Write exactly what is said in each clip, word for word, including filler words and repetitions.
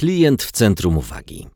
Klient w centrum uwagi.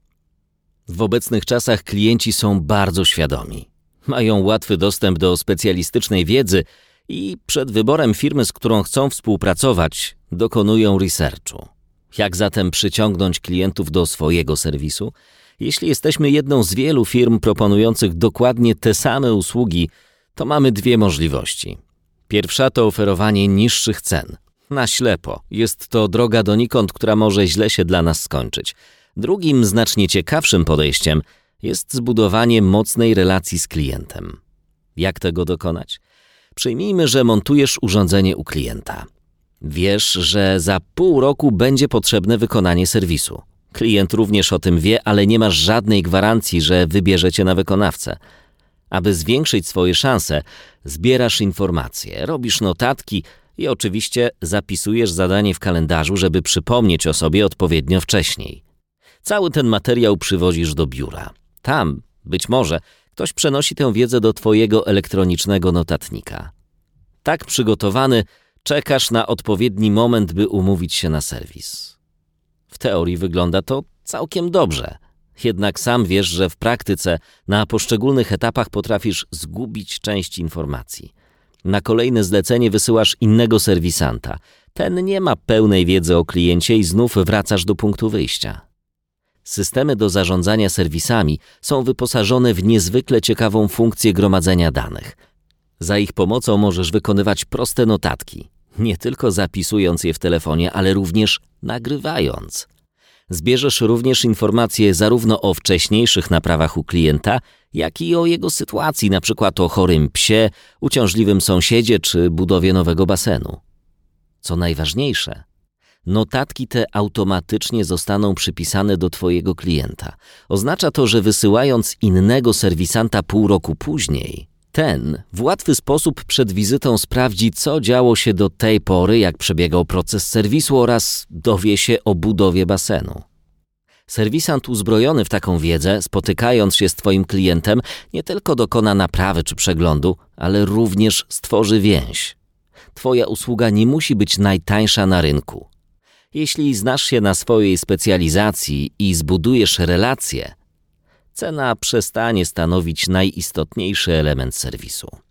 W obecnych czasach klienci są bardzo świadomi. Mają łatwy dostęp do specjalistycznej wiedzy i przed wyborem firmy, z którą chcą współpracować, dokonują researchu. Jak zatem przyciągnąć klientów do swojego serwisu? Jeśli jesteśmy jedną z wielu firm proponujących dokładnie te same usługi, to mamy dwie możliwości. Pierwsza to oferowanie niższych cen. Na ślepo. Jest to droga donikąd, która może źle się dla nas skończyć. Drugim, znacznie ciekawszym podejściem jest zbudowanie mocnej relacji z klientem. Jak tego dokonać? Przyjmijmy, że montujesz urządzenie u klienta. Wiesz, że za pół roku będzie potrzebne wykonanie serwisu. Klient również o tym wie, ale nie masz żadnej gwarancji, że wybierze cię na wykonawcę. Aby zwiększyć swoje szanse, zbierasz informacje, robisz notatki i oczywiście zapisujesz zadanie w kalendarzu, żeby przypomnieć o sobie odpowiednio wcześniej. Cały ten materiał przywozisz do biura. Tam, być może, ktoś przenosi tę wiedzę do twojego elektronicznego notatnika. Tak przygotowany, czekasz na odpowiedni moment, by umówić się na serwis. W teorii wygląda to całkiem dobrze. Jednak sam wiesz, że w praktyce na poszczególnych etapach potrafisz zgubić część informacji. Na kolejne zlecenie wysyłasz innego serwisanta. Ten nie ma pełnej wiedzy o kliencie i znów wracasz do punktu wyjścia. Systemy do zarządzania serwisami są wyposażone w niezwykle ciekawą funkcję gromadzenia danych. Za ich pomocą możesz wykonywać proste notatki, nie tylko zapisując je w telefonie, ale również nagrywając. Zbierzesz również informacje zarówno o wcześniejszych naprawach u klienta, jak i o jego sytuacji, np. o chorym psie, uciążliwym sąsiedzie czy budowie nowego basenu. Co najważniejsze, notatki te automatycznie zostaną przypisane do twojego klienta. Oznacza to, że wysyłając innego serwisanta pół roku później, ten w łatwy sposób przed wizytą sprawdzi, co działo się do tej pory, jak przebiegał proces serwisu oraz dowie się o budowie basenu. Serwisant uzbrojony w taką wiedzę, spotykając się z twoim klientem, nie tylko dokona naprawy czy przeglądu, ale również stworzy więź. Twoja usługa nie musi być najtańsza na rynku. Jeśli znasz się na swojej specjalizacji i zbudujesz relacje, cena przestanie stanowić najistotniejszy element serwisu.